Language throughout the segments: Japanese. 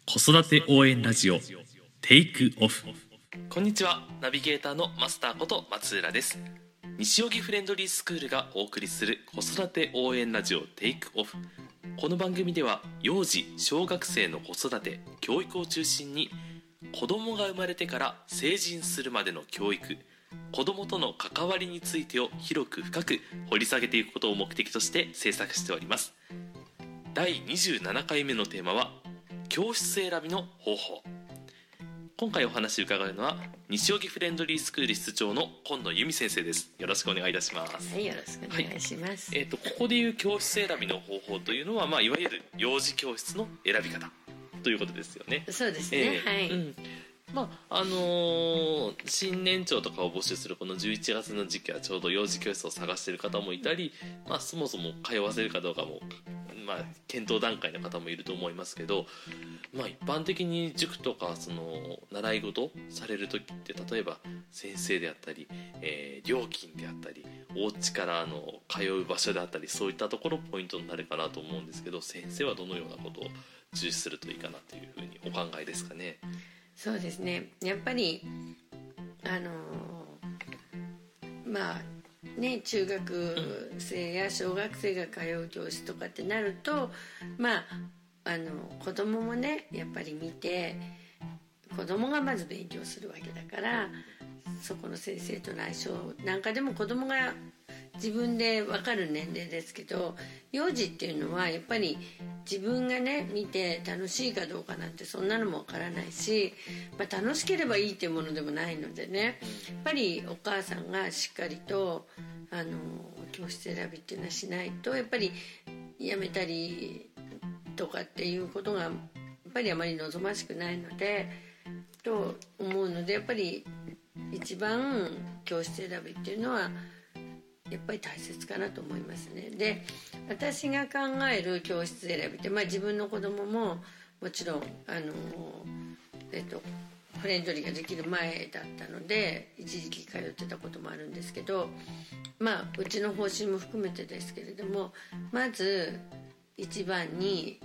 子育て応援ラジオテイクオフ。 こんにちは、ナビゲーターのマスターこと松浦です。西荻フレンドリースクールがお送りする子育て応援ラジオテイクオフ。この番組では幼児小学生の子育て教育を中心に、子供が生まれてから成人するまでの教育、子供との関わりについてを広く深く掘り下げていくことを目的として制作しております。第27回目のテーマは教室選びの方法。今回お話を伺うのは西荻フレンドリースクール室長の今野由美先生です。よろしくお願いいたします。 はい、よろしくお願いします。 ここでいう教室選びの方法というのは、いわゆる幼児教室の選び方ということですよね。 そうですね、はい、 新年長とかを募集するこの11月の時期はちょうど幼児教室を探している方もいたり、そもそも通わせるかどうかも、検討段階の方もいると思いますけど、一般的に塾とかその習い事される時って、例えば先生であったり、料金であったり、お家から通う場所であったり、そういったところポイントになるかなと思うんですけど、先生はどのようなことを重視するといいかなというふうにお考えですかね。 そうですね、やっぱり中学生や小学生が通う教室とかってなると、子供もねやっぱり見て、子供がまず勉強するわけだから、そこの先生との相性なんかでも子供が自分で分かる年齢ですけど、幼児っていうのはやっぱり自分がね見て楽しいかどうかなんてそんなのも分からないし、楽しければいいっていうものでもないのでね、やっぱりお母さんがしっかりと教室選びっていうのはしないと、やっぱりやめたりとかっていうことがやっぱりあまり望ましくないのでと思うので、やっぱり一番教室選びっていうのはやっぱり大切かなと思いますね。で、私が考える教室選びって、自分の子供ももちろんフレンドリーができる前だったので一時期通ってたこともあるんですけど、うちの方針も含めてですけれども、まず一番に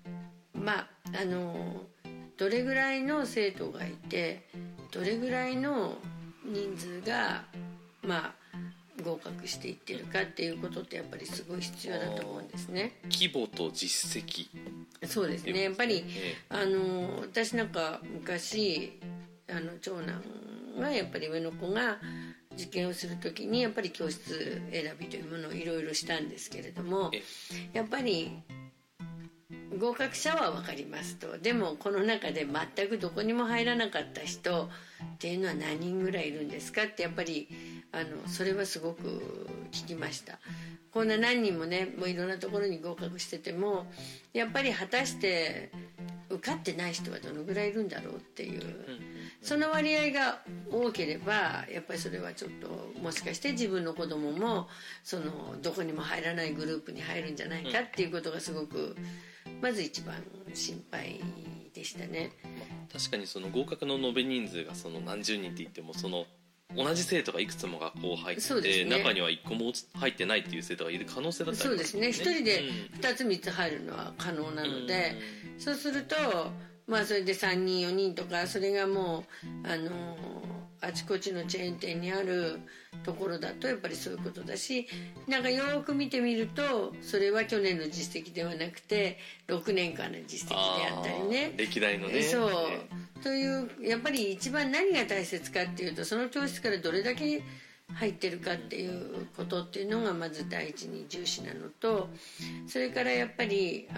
どれぐらいの生徒がいて、どれぐらいの人数が合格していってるかっていうことってやっぱりすごい必要だと思うんですね。 規模と実績。 そうですね、やっぱり私なんか昔長男がやっぱり上の子が受験をする時にやっぱり教室選びというものをいろいろしたんですけれども、やっぱり合格者は分かりますと、でもこの中で全くどこにも入らなかった人っていうのは何人ぐらいいるんですかって、やっぱりそれはすごく聞きました。こんな何人もね、もういろんなところに合格してても、やっぱり果たして受かってない人はどのぐらいいるんだろうっていう、その割合が多ければやっぱりそれはちょっともしかして自分の子供もどこにも入らないグループに入るんじゃないかっていうことがすごくまず一番心配でしたね。 確かにその合格の延べ人数が何十人って言っても、同じ生徒がいくつも学校入って、中には1個も入ってないっていう生徒がいる可能性だったり、 そうですね、1人で2つ3つ入るのは可能なので、そうするとそれで3人4人とか、それがもうあちこちのチェーン店にあるところだとやっぱりそういうことだし、なんかよく見てみるとそれは去年の実績ではなくて6年間の実績であったりね、 歴代のね、 そうというやっぱり一番何が大切かっていうと、その教室からどれだけ入ってるかっていうことっていうのがまず第一に重視なのと、それからやっぱり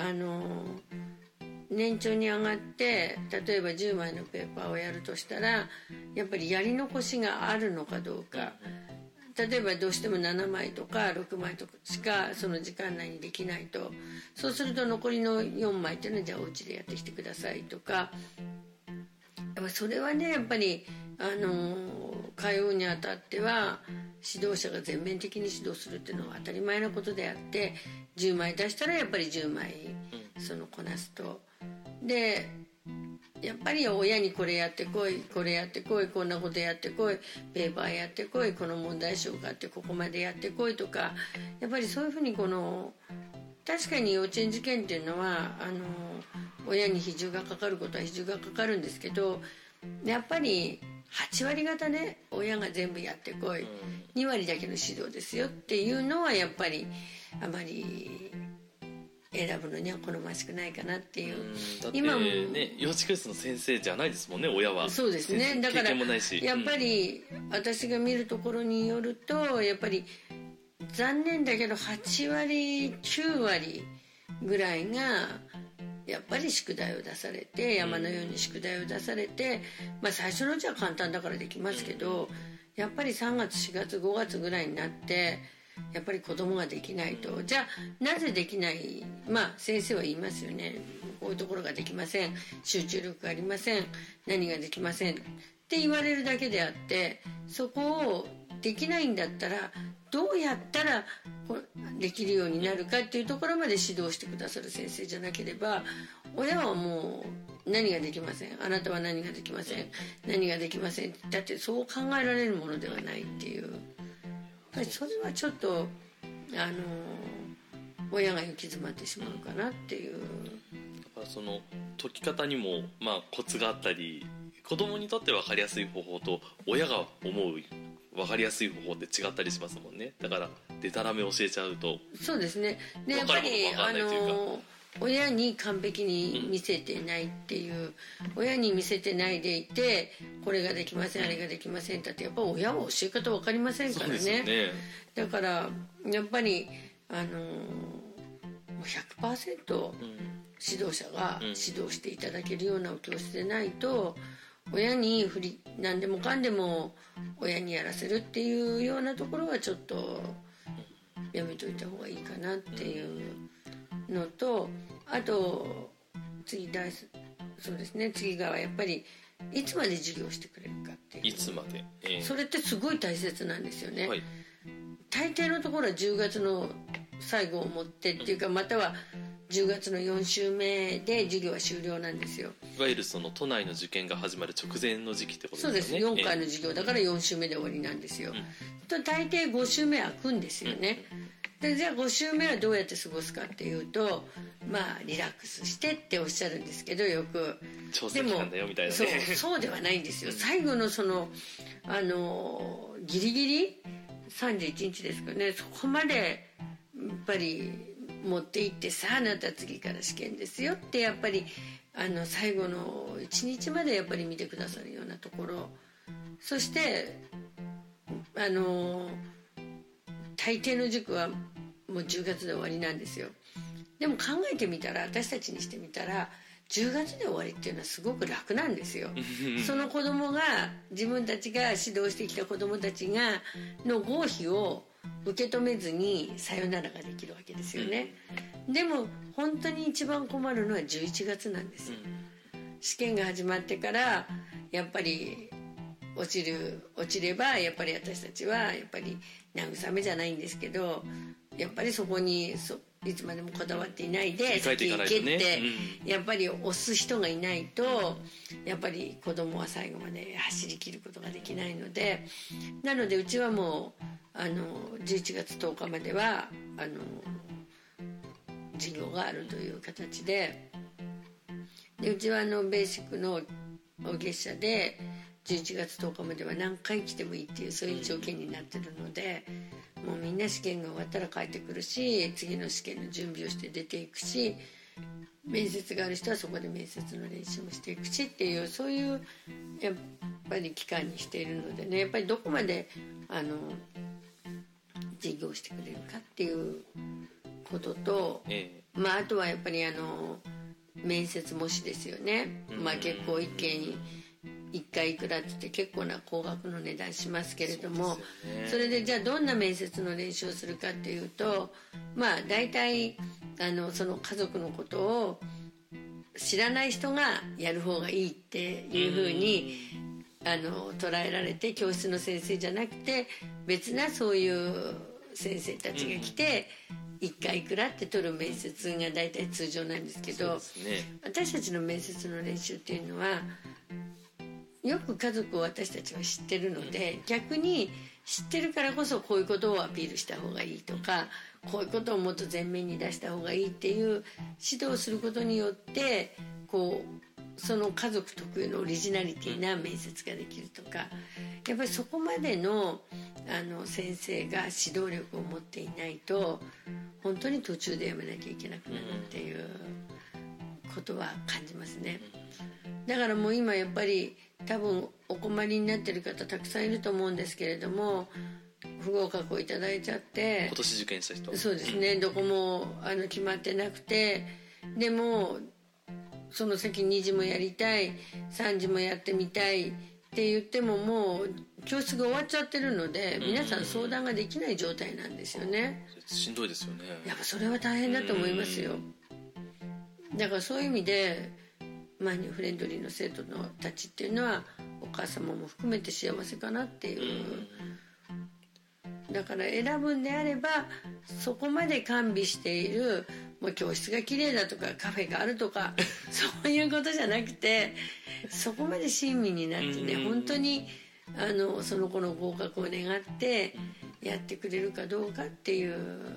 年長に上がって例えば10枚のペーパーをやるとしたら、やっぱりやり残しがあるのかどうか、例えばどうしても7枚とか6枚とかしかその時間内にできないと、そうすると残りの4枚っていうのはじゃあお家でやってきてくださいとか、やっぱそれはねやっぱり通うにあたっては指導者が全面的に指導するっていうのは当たり前なことであって、10枚出したらやっぱり10枚こなすと、でやっぱり親にこれやってこい、これやってこい、こんなことやってこい、ペーパーやってこい、この問題集があってここまでやってこいとか、やっぱりそういうふうに確かに幼稚園受験っていうのは親に比重がかかることは比重がかかるんですけど、やっぱり8割方ね親が全部やってこい、2割だけの指導ですよっていうのはやっぱりあまり選ぶのには好ましくないかなっていう。 だってね、幼稚教室の先生じゃないですもんね、親は。 そうですね。だから経験もないし、 やっぱり私が見るところによると、やっぱり残念だけど8割9割ぐらいがやっぱり宿題を出されて、山のように宿題を出されて、最初のうちは簡単だからできますけど、やっぱり3月4月5月ぐらいになってやっぱり子供ができないと、じゃあなぜできない、先生は言いますよね。こういうところができません、集中力がありません、何ができませんって言われるだけであって、そこをできないんだったらどうやったらできるようになるかっていうところまで指導してくださる先生じゃなければ、親はもう何ができません、あなたは何ができません、何ができません、だってそう考えられるものではないっていう、やっぱりそれはちょっと親が行き詰まってしまうかなっていう。 だからその解き方にもコツがあったり、子供にとって分かりやすい方法と親が思う分かりやすい方法って違ったりしますもんね。だからデタラメ教えちゃうと、 そうですね。でやっぱり親に完璧に見せてないっていう、親に見せてないでいてこれができませんあれができませんだってやっぱ親は教え方分かりませんから ね。だからやっぱり100% 指導者が指導していただけるようなお教室でないと、親に何でもかんでも親にやらせるっていうようなところはちょっとやめといた方がいいかなっていうのと、あと次がやっぱりいつまで授業してくれるかっていう、 いつまで、 それってすごい大切なんですよね、 はい、 大抵のところは10月の最後をもってっていうか、または10月の4週目で授業は終了なんですよ。 いわゆるその都内の受験が始まる直前の時期ってことですよね。 そうです、4回の授業だから4週目で終わりなんですよ、と大抵5週目空くんですよね、でじゃあ5週目はどうやって過ごすかっていうと、リラックスしてっておっしゃるんですけど、よく調整期間だよみたいなね。 そうではないんですよ。最後のそのギリギリ31日ですかね、そこまでやっぱり持っていって、さああなた次から試験ですよってやっぱり最後の1日までやっぱり見てくださるようなところ、そして大抵の塾はもう10月で終わりなんですよ。でも考えてみたら、私たちにしてみたら10月で終わりっていうのはすごく楽なんですよその子供が、自分たちが指導してきた子供たちがの合否を受け止めずにさよならができるわけですよね。でも本当に一番困るのは11月なんですよ。試験が始まってからやっぱり落ちれば、やっぱり私たちはやっぱり慰めじゃないんですけど、やっぱりそこにいつまでもこだわっていないで先行けってやっぱり押す人がいないと、やっぱり子供は最後まで走り切ることができないので、なのでうちはもう11月10日までは授業があるという形で、うちはベーシックの月謝で11月10日までは何回来てもいいっていう、そういう条件になってるので、もうみんな試験が終わったら帰ってくるし、次の試験の準備をして出ていくし、面接がある人はそこで面接の練習もしていくしっていう、そういうやっぱり期間にしているのでね、やっぱりどこまで授業してくれるかっていうことと、あとはやっぱり面接模試ですよね。結構一件1回いくらって言って結構な高額の値段しますけれども、 それでじゃあどんな面接の練習をするかっていうと、大体その家族のことを知らない人がやる方がいいっていうふうに捉えられて、教室の先生じゃなくて別なそういう先生たちが来て1回いくらって取る面接が大体通常なんですけど、私たちの面接の練習っていうのはよく家族を私たちは知ってるので、逆に知ってるからこそこういうことをアピールした方がいいとか、こういうことをもっと前面に出した方がいいっていう指導をすることによって、 こうその家族特有のオリジナリティな面接ができるとか、やっぱりそこまでの先生が指導力を持っていないと本当に途中でやめなきゃいけなくなるっていうことは感じますね。だからもう今やっぱり多分お困りになってる方たくさんいると思うんですけれども、不合格をいただいちゃって今年受験した人、 そうですね、どこも決まってなくて、でもその先2次もやりたい3次もやってみたいって言ってももう教室が終わっちゃってるので、皆さん相談ができない状態なんですよね。 しんどいですよね。 やっぱそれは大変だと思いますよ。だからそういう意味でマインドフレンドリーの生徒のたちっていうのはお母様も含めて幸せかなっていう、だから選ぶんであればそこまで完備しているもう教室が綺麗だとかカフェがあるとかそういうことじゃなくて、そこまで親身になってね、本当にその子の合格を願ってやってくれるかどうかっていう。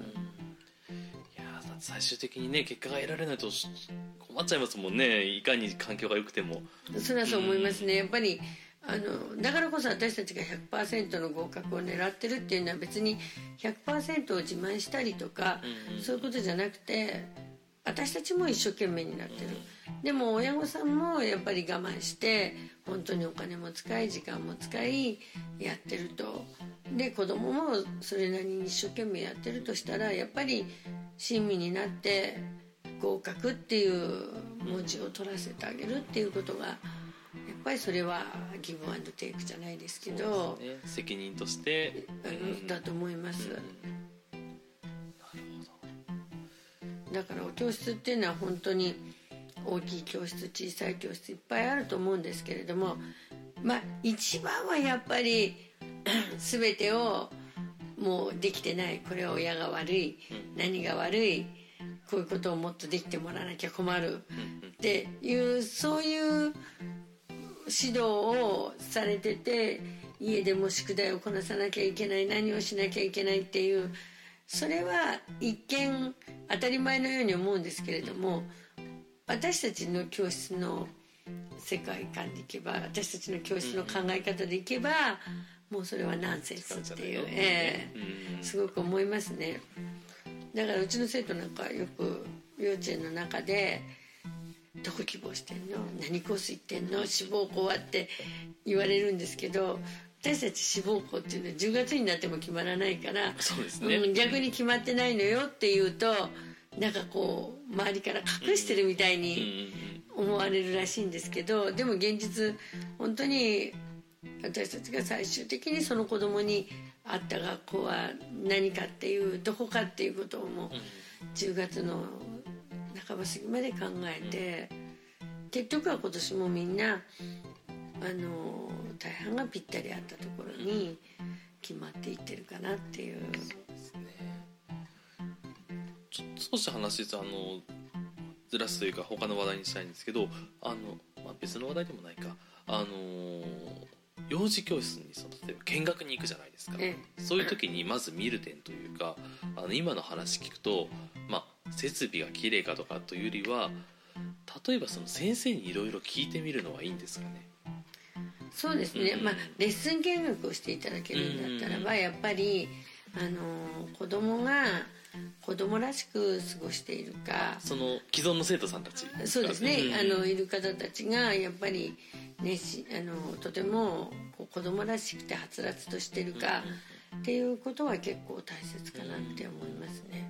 最終的にね結果が得られないと困っちゃいますもんね、いかに環境が良くても。 それはそう思いますね。やっぱりだからこそ私たちが 100% の合格を狙ってるっていうのは別に 100% を自慢したりとか、そういうことじゃなくて、私たちも一生懸命になってる、でも親御さんもやっぱり我慢して本当にお金も使い時間も使いやってると、で子供もそれなりに一生懸命やってるとしたら、やっぱり親身になって合格っていう文字を取らせてあげるっていうことがやっぱりそれはギブアンドテイクじゃないですけど、 ね、責任としてだと思います、だからお教室っていうのは本当に大きい教室小さい教室いっぱいあると思うんですけれども、一番はやっぱり全てをもうできてない、これは親が悪い、何が悪い、こういうことをもっとできてもらわなきゃ困るっていうそういう指導をされてて、家でも宿題をこなさなきゃいけない、何をしなきゃいけないっていう、それは一見当たり前のように思うんですけれども、私たちの教室の世界観でいけば、私たちの教室の考え方でいけば、もうそれはナンセンスっていう、すごく思いますね。だからうちの生徒なんかよく幼稚園の中で「どこ希望してんの？何コース行ってんの？志望校は?」って言われるんですけど、私たち志望校っていうのは10月になっても決まらないから、 そうですね、 逆に決まってないのよって言うと、なんかこう周りから隠してるみたいに思われるらしいんですけど、でも現実本当に私たちが最終的にその子供に合った学校は何かっていう、どこかっていうことをもう10月の半ば過ぎまで考えて、結局は今年もみんな大半がぴったり合ったところに決まっていってるかなっていう。そうですね、 少し話ずらすというか他の話題にしたいんですけど、別の話題でもないか、幼児教室に例えば見学に行くじゃないですか、そういう時にまず見る点というか、今の話聞くと、設備が綺麗かとかというよりは、例えばその先生にいろいろ聞いてみるのはいいんですかね。 そうですね、レッスン見学をしていただけるんだったらば、やっぱり子供が子供らしく過ごしているか、 その既存の生徒さんたち、 そうですね、いる方たちがやっぱり、とても子供らしくてはつらつとしてるかっていうことは結構大切かなって思いますね。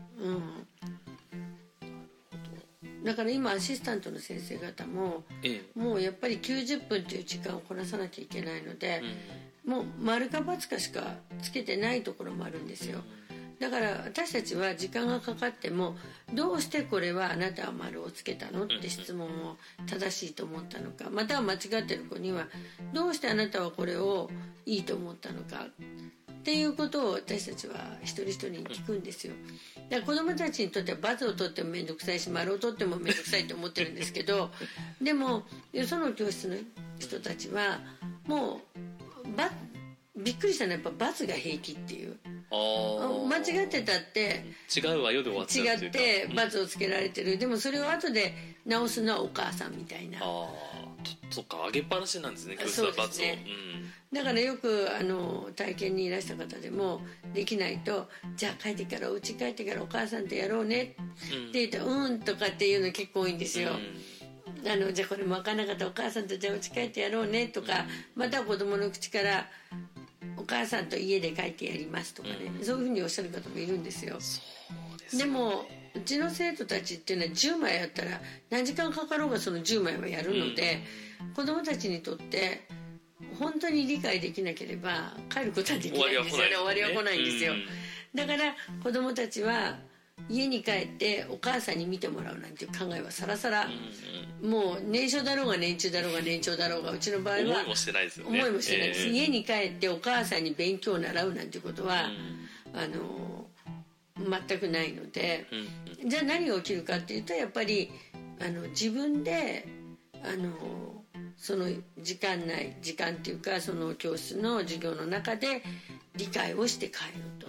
だから今アシスタントの先生方も、もうやっぱり90分という時間をこなさなきゃいけないので、もう丸か×かしかつけてないところもあるんですよ。だから私たちは時間がかかっても、どうしてこれはあなたは丸をつけたのって質問を正しいと思ったのか、または間違ってる子にはどうしてあなたはこれをいいと思ったのかっていうことを私たちは一人一人に聞くんですよ。だから子どもたちにとっては×を取っても面倒くさいし、丸を取っても面倒くさいと思ってるんですけど、でもその教室の人たちはもうびっくりしたのはやっぱ×が平気っていう。 間違ってたって違うわよで終わっちゃうっていうか違って罰をつけられてる、でもそれを後で直すのはお母さんみたいな。 そっか、上げっぱなしなんですね、教室は罰を、 だからよく体験にいらした方でもできないと、じゃあ帰ってからお家帰ってからお母さんとやろうねって言ってうんとかっていうの結構多いんですよ、じゃあこれも分からなかったらお母さんとじゃあお家帰ってやろうねとか、また子供の口からお母さんと家で帰ってやりますとかね、そういうふうにおっしゃる方もいるんですよ。 そうですね。 でもうちの生徒たちっていうのは10枚やったら何時間かかろうがその10枚はやるので、子供たちにとって本当に理解できなければ帰ることはできないんですよね。終わりは来ないんですよ。だから子供たちは家に帰ってお母さんに見てもらうなんていう考えはさらさら、もう年少だろうが年中だろうが年長だろうが、うちの場合は思いもしてないですよね。 思いもしてないです、家に帰ってお母さんに勉強を習うなんていうことは、全くないので、じゃあ何が起きるかっていうと、やっぱり自分でその時間っていうか、その教室の授業の中で理解をして帰ると、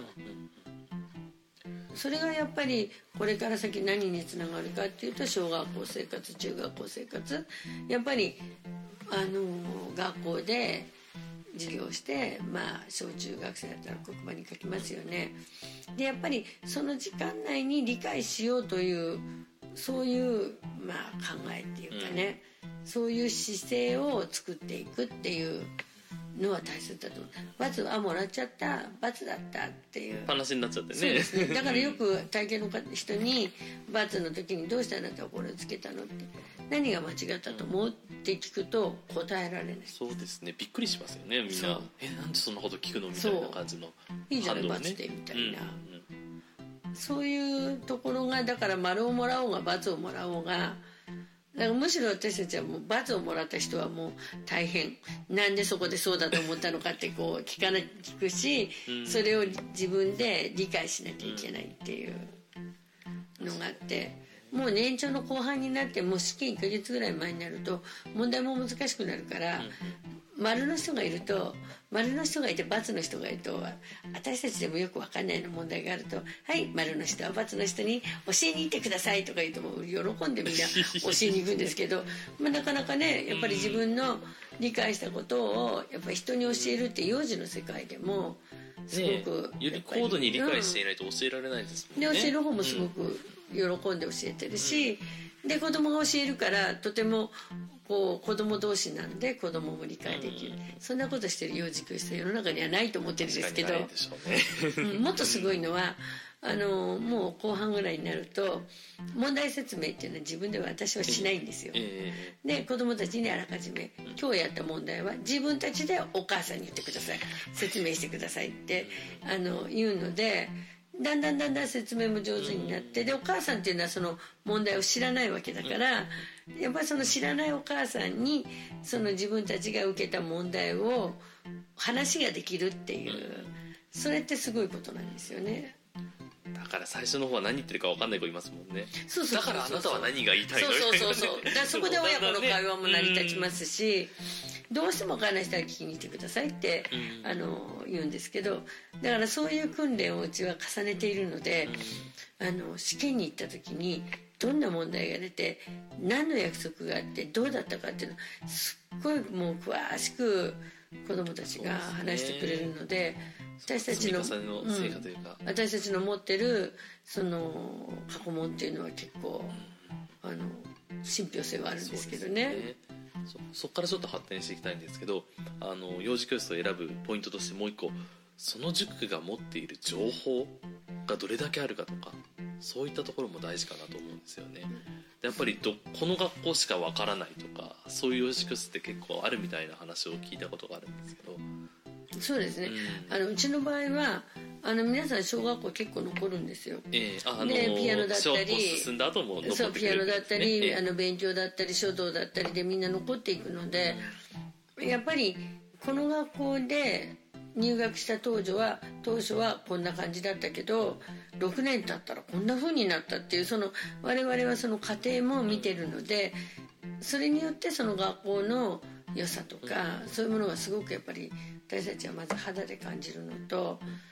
それがやっぱりこれから先何につながるかっていうと、小学校生活中学校生活、やっぱり学校で授業して、小中学生だったら黒板に書きますよね。でやっぱりその時間内に理解しようというそういう考えっていうかね、そういう姿勢を作っていくっていうのは大切だと思う。罰はもらっちゃった、罰だったっていう話になっちゃってね。 そうですね。だからよく体験の人に罰の時にどうしてあなたはこれをつけたのって、何が間違ったと思うって聞くと答えられない。 そうですね、びっくりしますよね、みんな。なんでそんなこと聞くのみたいな感じの、 いいじゃない罰でみたいな、そういうところが、だから丸をもらおうが罰をもらおうが、だからむしろ私たちはもう罰をもらった人はもう大変、なんでそこでそうだと思ったのかってこう聞くし、それを自分で理解しなきゃいけないっていうのがあって、もう年長の後半になってもう試験1ヶ月ぐらい前になると問題も難しくなるから、丸の人がいると、丸の人がいて×の人がいると、私たちでもよく分かんないの問題があると、はい丸の人は×の人に教えに行ってくださいとか言うと、もう喜んでみんな教えに行くんですけどなかなかね、やっぱり自分の理解したことをやっぱり人に教えるって幼児の世界でもすごく、 より高度に理解していないと教えられないですもんね。 で教える方もすごく喜んで教えてるし、で子供が教えるからとてもこう子供同士なんで子供も理解できる、そんなことしてる幼児教室は世の中にはないと思ってるんですけど、もっとすごいのはもう後半ぐらいになると問題説明っていうのは自分では私はしないんですよ、で子供たちにあらかじめ今日やった問題は自分たちでお母さんに言ってください、説明してくださいって言うので、だんだん説明も上手になって、でお母さんっていうのはその問題を知らないわけだから、やっぱりその知らないお母さんにその自分たちが受けた問題を話ができるっていう、それってすごいことなんですよね。 だから最初の方は何言ってるか分かんない子いますもんね。 そうだからあなたは何が言いたいの？ そうだからそこで親子の会話も成り立ちますし、どうしても分からない人は聞きに来てくださいって言うんですけど、だからそういう訓練をうちは重ねているので、試験に行った時にどんな問題が出て何の約束があってどうだったかっていうのをすっごいもう詳しく子どもたちが話してくれるので、私たちの私たちの持ってるその過去問っていうのは結構信憑性はあるんですけどね。 そこからちょっと発展していきたいんですけど、幼児教室を選ぶポイントとしてもう一個、その塾が持っている情報がどれだけあるかとか、そういったところも大事かなと思うんですよね。でやっぱりこの学校しかわからないとか、そういう幼児教室って結構あるみたいな話を聞いたことがあるんですけど。 そうですね、うちの場合は皆さん小学校結構残るんですよ、でピアノだったり進んだ後も残ってくれるんですね。 そうピアノだったり勉強だったり書道だったりでみんな残っていくので、やっぱりこの学校で入学した当初はこんな感じだったけど6年経ったらこんな風になったっていう、その我々はその過程も見てるので、それによってその学校の良さとかそういうものがすごくやっぱり私たちはまず肌で感じるのと、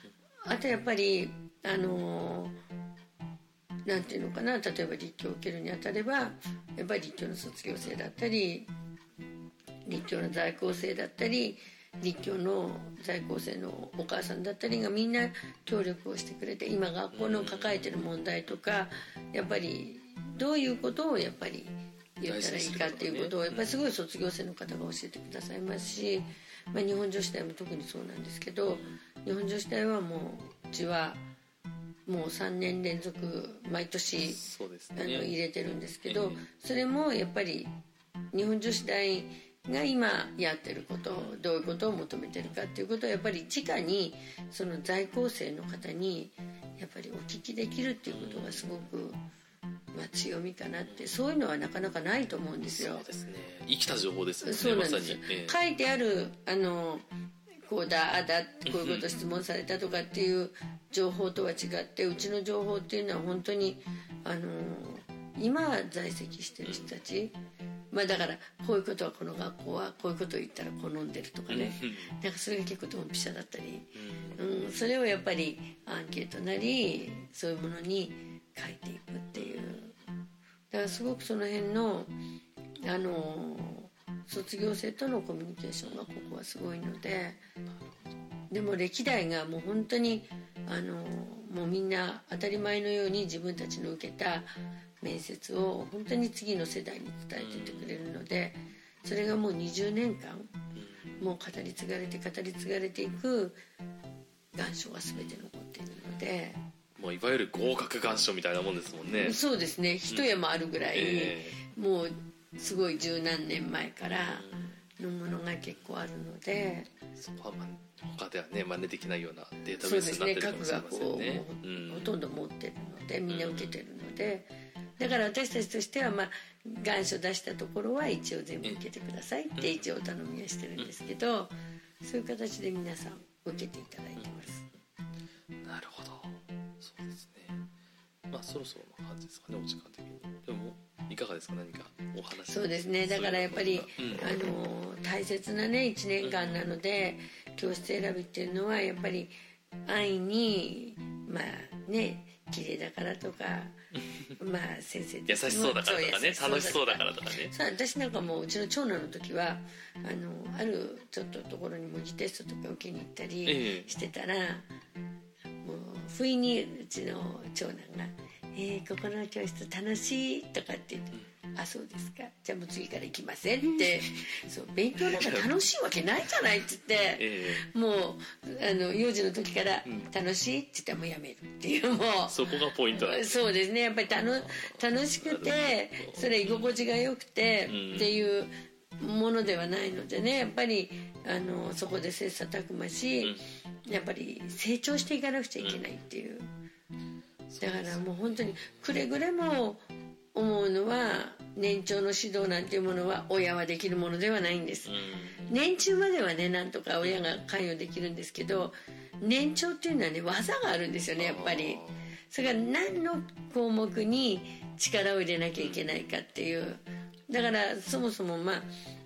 あとやっぱりなんていうのかな、例えば立教を受けるにあたればやっぱり立教の卒業生だったり立教の在校生だったり立教の在校生のお母さんだったりがみんな協力をしてくれて、今学校の抱えてる問題とかやっぱりどういうことをやっぱり言ったらいいかっていうことをやっぱりすごい卒業生の方が教えてくださいますし、日本女子大も特にそうなんですけど、日本女子大はもううちはもう3年連続毎年、 そうですね、 入れてるんですけど、それもやっぱり日本女子大が今やってることをどういうことを求めてるかっていうことをやっぱり直にその在校生の方にやっぱりお聞きできるっていうことがすごく、強みかなって、そういうのはなかなかないと思うんですよ。 そうですね、生きた情報ですよね。 そうなんです、 まさに、 書いてあるこうだあだこういうこと質問されたとかっていう情報とは違って、うちの情報っていうのは本当に今在籍してる人たち、だからこういうことはこの学校はこういうことを言ったら好んでるとかね、なんかそれが結構ドンピシャだったり、それをやっぱりアンケートなりそういうものに書いていくっていう、だからすごくその辺の卒業生とのコミュニケーションがここはすごいので、でも歴代がもう本当にもうみんな当たり前のように自分たちの受けた面接を本当に次の世代に伝えていってくれるので、それがもう20年間もう語り継がれていく願書が全て残っているので、 もういわゆる合格願書みたいなもんですもんね。 そうですね、一山あるぐらい、もうすごい十何年前からのものが結構あるので、 そこは他ではね真似できないようなデータベースになってるかもしれませんね。 各学校もほとんど持ってるので、みんな受けてるので、だから私たちとしては願書出したところは一応全部受けてくださいって一応お頼みはしてるんですけど、そういう形で皆さん受けていただいてます。 なるほど、そうですね。そろそろの感じですかね、お時間的に。でもいかがですか、何かお話。 そうですね、だからやっぱり大切なね1年間なので、教室選びっていうのはやっぱり安易に綺麗だからとか先生優しそうだからとかね、楽しそうだからとかね。 私なんかもうちの長男の時はあるちょっとところに模擬テストとか受けに行ったりしてたら、もう不意にうちの長男が「ここの教室楽しい」とかって言って「あ、そうですか、じゃあもう次から行きません」ってそう勉強なんか楽しいわけないじゃないって言って、もう幼児の時から「楽しい」って言ったらもうやめるっていう、もうそこがポイントなんです。 そうですね、やっぱり楽しくてそれ居心地が良くてっていうものではないのでね、やっぱりそこで切磋琢磨し、やっぱり成長していかなくちゃいけないっていう。だからもう本当にくれぐれも思うのは、年長の指導なんていうものは親はできるものではないんです。年中まではねなんとか親が関与できるんですけど、年長っていうのはね技があるんですよね、やっぱり。それが何の項目に力を入れなきゃいけないかっていう。だからそもそもも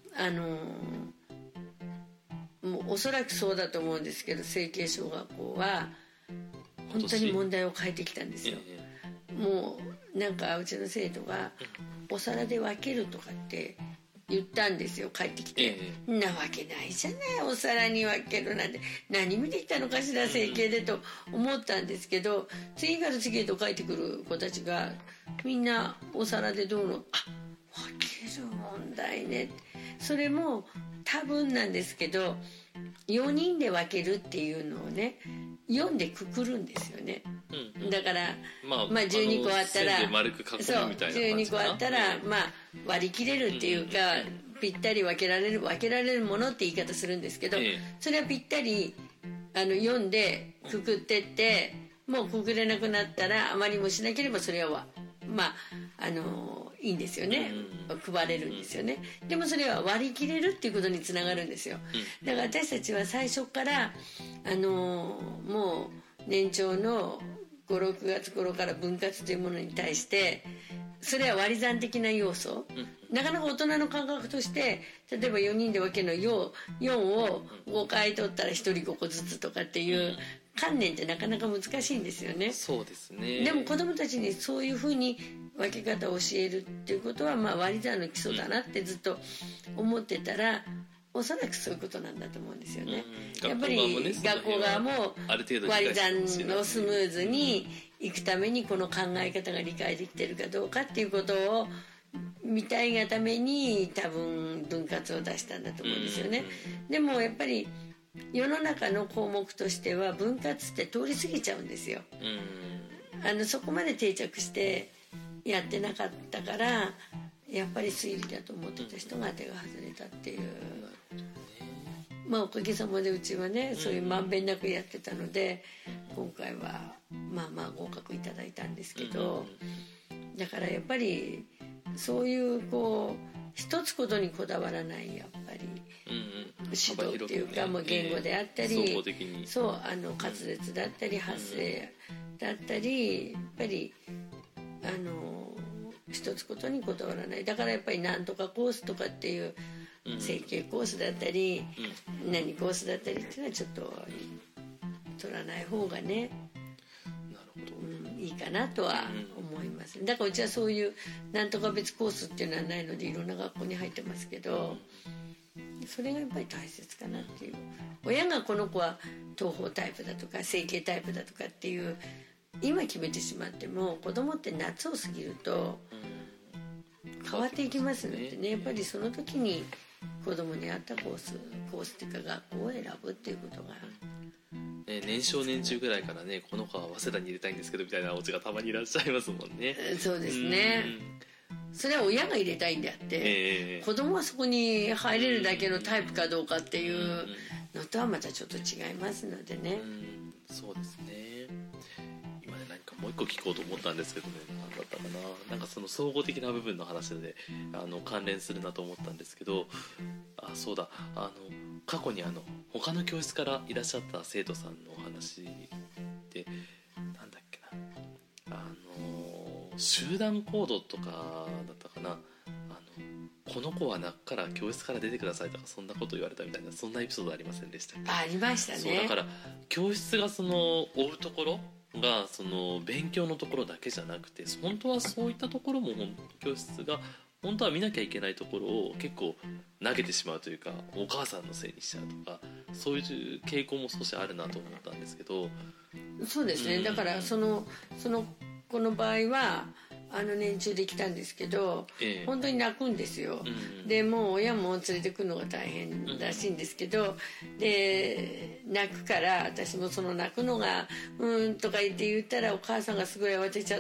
うおそらくそうだと思うんですけど、成蹊小学校は本当に問題を変えてきたんですよ。もうなんかうちの生徒がお皿で分けるとかって言ったんですよ、帰ってきて。なわけないじゃない、お皿に分けるなんて何見てきたのかしら成蹊でと思ったんですけど、次から次へと帰ってくる子たちがみんなお皿でどうの分ける問題ね、それも多分なんですけど4人で分けるっていうのをね4でくくるんですよね。だから12個あったら12個あったら割り切れるっていうか、ぴったり分けられるものって言い方するんですけど、それはぴったり4でくくってって、もうくくれなくなったらあまりもしなければそれはいいんですよね、配れるんですよね。でもそれは割り切れるっていうことにつながるんですよ。だから私たちは最初からもう年長の5、6月頃から分割というものに対して、それは割り算的な要素、なかなか大人の感覚として例えば4人で分けるの4を5回取ったら1人5個ずつとかっていう観念ってなかなか難しいんですよね。 そうですね。 でも子どもたちにそういうふうに分け方を教えるっていうことは、割り算の基礎だなってずっと思ってたら、おそらくそういうことなんだと思うんですよね。やっぱり学校側も割り算をスムーズにいくためにこの考え方が理解できてるかどうかっていうことを見たいがために多分分割を出したんだと思うんですよね。でもやっぱり世の中の項目としては分割って通り過ぎちゃうんですよ。そこまで定着してやってなかったから、やっぱり推理だと思ってた人が手が外れたっていう。おかげさまでうちはね、そういうまんべんなくやってたので、今回は合格いただいたんですけど、だからやっぱりそういう一つことにこだわらない、やっぱり指導っていうか、言語であったり、滑舌だったり発声だったり、やっぱり一つことにこだわらない。だからやっぱりなんとかコースとかっていう整形コースだったり、何コースだったりっていうのはちょっと取らない方がね、いいかなとは思います。だからうちはそういうなんとか別コースっていうのはないので、いろんな学校に入ってますけど、それがやっぱり大切かなっていう。親がこの子は東方タイプだとか整形タイプだとかっていう今決めてしまっても、子供って夏を過ぎると変わっていきますのでね、やっぱりその時に子供に合ったコースっていうか学校を選ぶっていうことが、 年少年中ぐらいからね、この子は早稲田に入れたいんですけどみたいなお家がたまにいらっしゃいますもんね。 そうですね。それは親が入れたいんであって、子供はそこに入れるだけのタイプかどうかっていうのとはまたちょっと違いますのでね。 そうですね。今ね、何かもう一個聞こうと思ったんですけどね、何だったかな。なんかその総合的な部分の話で関連するなと思ったんですけど、そうだ、過去に他の教室からいらっしゃった生徒さんのお話で、なんだっけな、集団行動とかだったかな、この子は泣くから教室から出てくださいとか、そんなこと言われたみたいな、そんなエピソードありませんでしたっけ？ ありましたね。 そうだから、教室が追うところが勉強のところだけじゃなくて、本当はそういったところも教室が本当は見なきゃいけないところを結構投げてしまうというか、お母さんのせいにしちゃうとか、そういう傾向も少しあるなと思ったんですけど。 そうですね、だからこの場合は年中できたんですけど、本当に泣くんですよ。でもう親も連れてくるのが大変らしいんですけど、で泣くから、私もその泣くのがとか言ったら、お母さんがすごい慌てちゃって、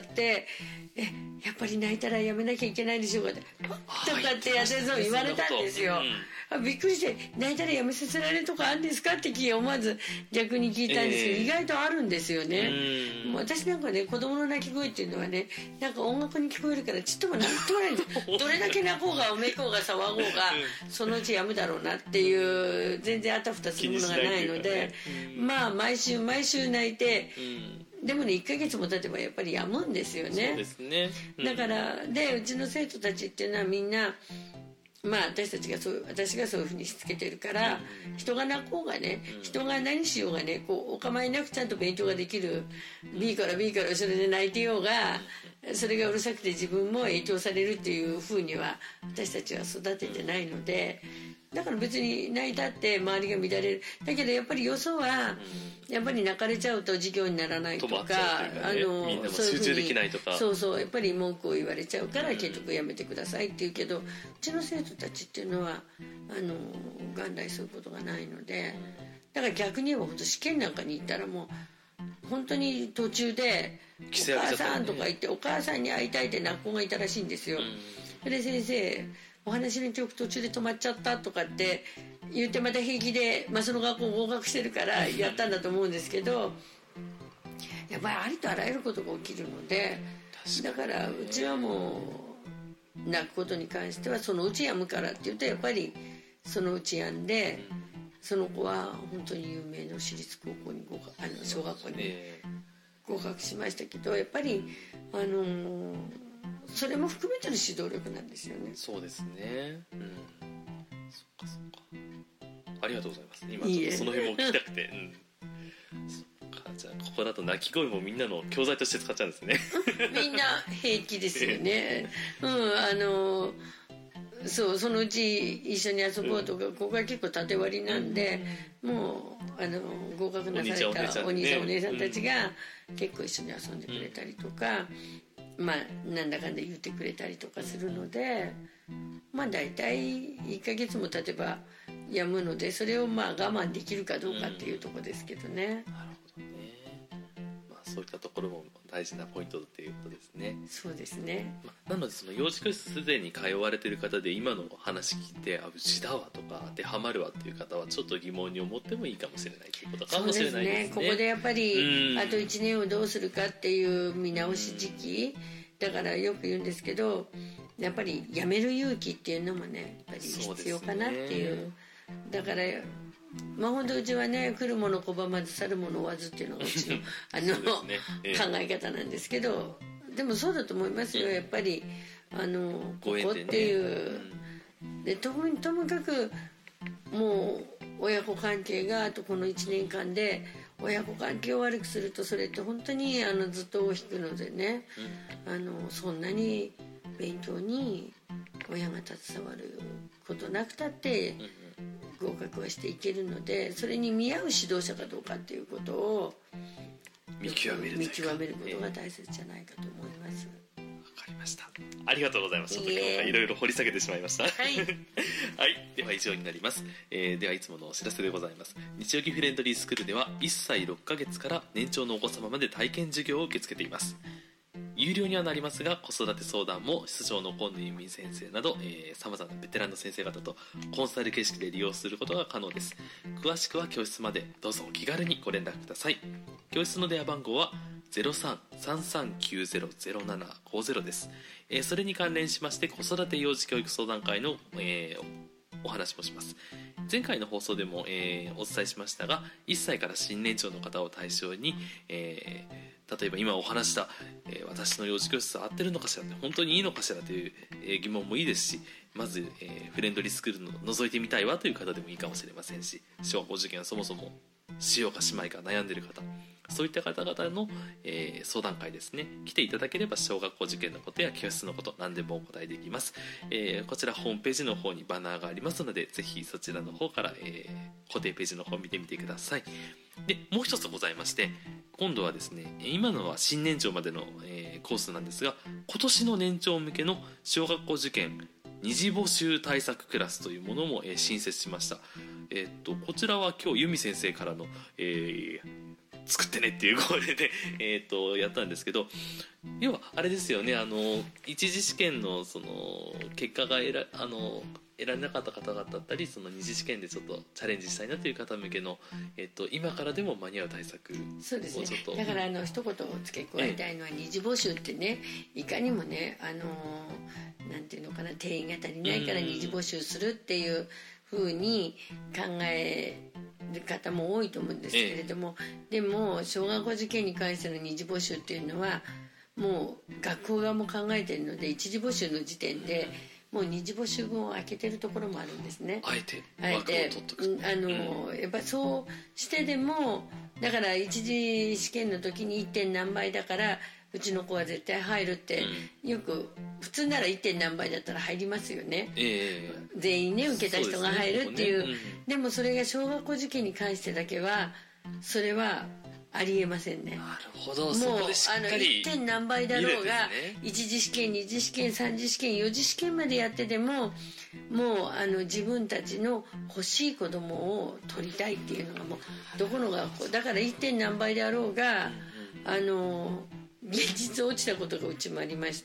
やっぱり泣いたらやめなきゃいけないでしょうかとかってそう言われたんですよ。びっくりして、泣いたらやめさせられるとかあるんですかって思わず逆に聞いたんですけど、意外とあるんですよね。もう私なんかね、子供の泣き声っていうのはね、なんか音楽に聞こえるからちっともなんともないんです。どれだけ泣こうがおめこうが騒ごうがそのうちやむだろうなっていう、全然あたふたするものがないので、毎週泣いて、でもね、1ヶ月も経てばやっぱりやむんですよね。 そうですね。 だからうちの生徒たちっていうのはみんな、私がそういうふうにしつけてるから、人が泣こうがね、人が何しようがね、お構いなくちゃんと勉強ができる。 B から後ろで泣いてようが、それがうるさくて自分も影響されるっていうふうには私たちは育ててないので、だから別に泣いたって周りが乱れる。だけどやっぱりよそはやっぱり泣かれちゃうと授業にならないとか、 みんなも集中できないとか、 そうやっぱり文句を言われちゃうから結局やめてくださいって言うけど、うちの生徒たちっていうのは元来そういうことがないので、だから逆に言えば本当試験なんかに行ったらもう本当に途中で「お母さん」とか言って、お母さんに会いたいって泣く子がいたらしいんですよ。それで先生お話の記憶途中で止まっちゃったとかって言って、また平気で、その学校合格してるからやったんだと思うんですけど、やっぱりありとあらゆることが起きるので、だからうちはもう泣くことに関してはそのうちやむからって言うと、やっぱりそのうちやんで、その子は本当に有名の私立高校に小学校に合格しましたけど、やっぱりそれも含めての指導力なんですよね。 そうですね。そっか。ありがとうございます。今ちょっとその辺も聞きたくて。そっか。 ここだと鳴き声もみんなの教材として使っちゃうんですねみんな平気ですよね。そうそのうち一緒に遊ぼうとか、ここは結構縦割りなんで、もう合格なされたお兄さんお姉さんたちが結構一緒に遊んでくれたりとか、まあなんだかんだ言ってくれたりとかするので、まあ大体1ヶ月も経てばやむので、それをまあ我慢できるかどうかっていうところですけどね。 なるほどね。まあそういったところも大事なポイントっていうことですね。 そうですね。 なのでその幼児教室すでに通われている方で今の話聞いて、うちだわとか当てはまるわっていう方はちょっと疑問に思ってもいいかもしれないということかもしれないですね。 ここでやっぱりあと1年をどうするかっていう見直し時期だから、よく言うんですけど、やっぱりやめる勇気っていうのもね、やっぱり必要かなっていう。だからまあ本当うちはね、来るもの拒まず去るもの追わずっていうのがうちの考え方なんですけど、でもそうだと思いますよ。やっぱりここっていうで、ともかくもう親子関係があとこの1年間で親子関係を悪くすると、それって本当にずっと尾を引くのでね、そんなに勉強に親が携わることなくたって合格はしていけるので、それに見合う指導者かどうかっていうことを見極めることが大切じゃないかと思います。 わかりました。ありがとうございます。ちょっと今日はいろいろ掘り下げてしまいました。はい、はい、では以上になります。ではいつものお知らせでございます。日曜日フレンドリースクールでは1歳6ヶ月から年長のお子様まで体験授業を受け付けています。有料にはなりますが、子育て相談も室長の今野由美先生などさまざまなベテランの先生方とコンサル形式で利用することが可能です。詳しくは教室までどうぞお気軽にご連絡ください。教室の電話番号は 03-3390-0750 です。それに関連しまして子育て幼児教育相談会の、お話もします。前回の放送でも、お伝えしましたが、1歳から新年長の方を対象に、例えば今お話した、私の幼児教室は合ってるのかしら、本当にいいのかしらという、疑問もいいですし、まず、フレンドリースクールの覗いてみたいわという方でもいいかもしれませんし、小学校受験はそもそもしようかしまいか悩んでいる方、そういった方々の、相談会ですね、来ていただければ小学校受験のことや教室のこと何でもお答えできます。こちらホームページの方にバナーがありますので、ぜひそちらの方から、固定ページの方を見てみてください。でもう一つございまして、今度はですね、今のは新年長までの、コースなんですが、今年の年長向けの小学校受験二次募集対策クラスというものも、新設しました。こちらは今日由美先生からの、作ってねっていう声で、やったんですけど、要はあれですよね、一次試験のその結果が得られなかった方々だったり、その二次試験でちょっとチャレンジしたいなという方向けの、今からでも間に合う対策をちょっと。 そうですね、だから一言付け加えたいのは、二次募集ってね、いかにもね、なんていうのかな、定員が足りないから二次募集するっていう風に考える方も多いと思うんですけれども、でも小学校受験に関しての二次募集っていうのはもう学校側も考えているので、一次募集の時点でもう二次募集分を開けてるところもあるんですね。 あえて枠を取っとく、 やっぱそうしてでも、だから一次試験の時に 1. 点何倍だからうちの子は絶対入るって、よく普通なら 1. 点何倍だったら入りますよね、全員ね、受けた人が入るっていう。でもそれが小学校受験に関してだけはそれはありえませんね。 なるほど。 もう1. 点何倍だろうが、一次試験二次試験三次試験四次試験までやってでも、もう自分たちの欲しい子供を取りたいっていうのがもうどこの学校だから 1. 点何倍であろうが、現実落ちたことがうちもありまして、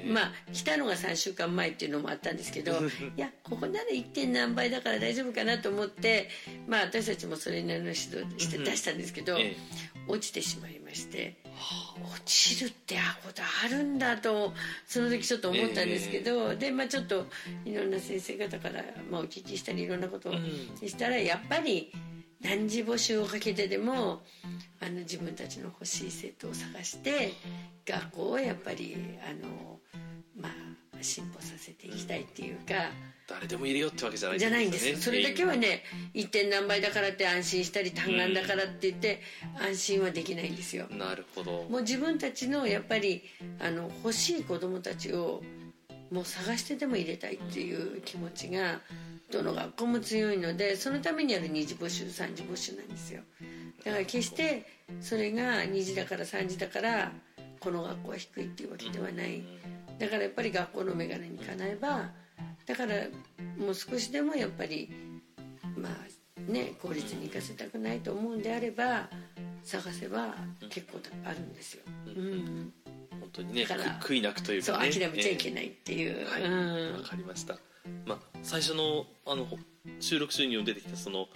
まあ来たのが3週間前っていうのもあったんですけど、いやここなら 1. 点何倍だから大丈夫かなと思って、まあ私たちもそれなりの指導して出したんですけど、落ちてしまいまして、落ちるってことあるんだとその時ちょっと思ったんですけど、でまあちょっといろんな先生方から、まあ、お聞きしたりいろんなことをしたら、やっぱり何次募集をかけてでも自分たちの欲しい生徒を探して学校をやっぱりまあ進歩させていきたいっていうか、 誰でも入れようってわけじゃないじゃないんですよ。それだけはね、1点何倍だからって安心したり、単眼だからって言って安心はできないんですよ。 なるほど。 もう自分たちのやっぱり欲しい子どもたちをもう探してでも入れたいっていう気持ちがどの学校も強いので、そのためにある2次募集3次募集なんですよ。だから決してそれが2次だから3次だからこの学校は低いっていうわけではない。だからやっぱり学校の眼鏡にかなえば、だからもう少しでもやっぱりまあね、公立に行かせたくないと思うんであれば探せば結構あるんですよ。 本当にね、 だから悔いなくというかね、 そう諦めちゃいけないっていう。 はい、わかりました。最初の収録中にも出てきたその、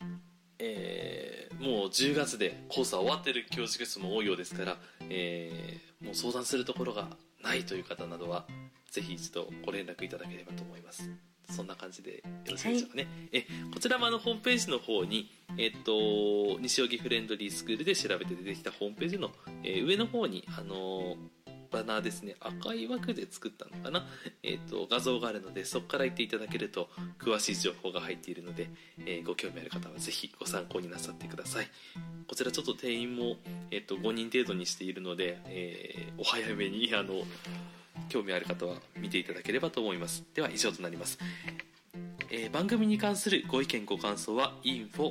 もう10月でコースは終わってる教授数も多いようですから、もう相談するところがないという方などはぜひ一度ご連絡いただければと思います。そんな感じでよろしいでしょうかね。こちらもホームページの方に、西荻フレンドリースクールで調べて出てきたホームページの、上の方にバナーですね、赤い枠で作ったのかな、画像があるので、そこから行っていただけると詳しい情報が入っているので、ご興味ある方はぜひご参考になさってください。こちらちょっと定員も、5人程度にしているので、お早めに興味ある方は見ていただければと思います。では以上となります。番組に関するご意見ご感想は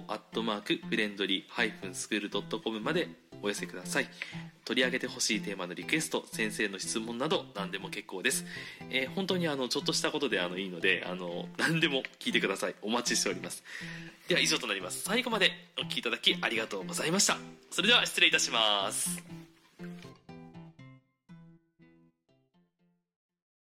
info@friendly-school.com までお寄せください。取り上げてほしいテーマのリクエスト、先生の質問など何でも結構です。本当にちょっとしたことでいいので何でも聞いてください。お待ちしております。では以上となります。最後までお聞きいただきありがとうございました。それでは失礼いたします。